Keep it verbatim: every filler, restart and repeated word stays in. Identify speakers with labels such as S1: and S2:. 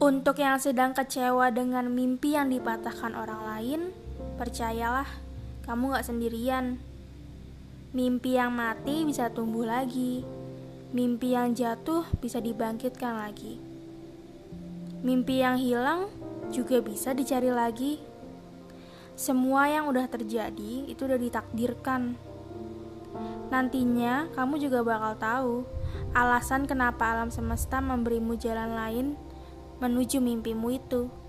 S1: Untuk yang sedang kecewa dengan mimpi yang dipatahkan orang lain, percayalah, kamu gak sendirian. Mimpi yang mati bisa tumbuh lagi. Mimpi yang jatuh bisa dibangkitkan lagi. Mimpi yang hilang juga bisa dicari lagi. Semua yang udah terjadi itu udah ditakdirkan. Nantinya kamu juga bakal tahu alasan kenapa alam semesta memberimu jalan lain menuju mimpimu itu.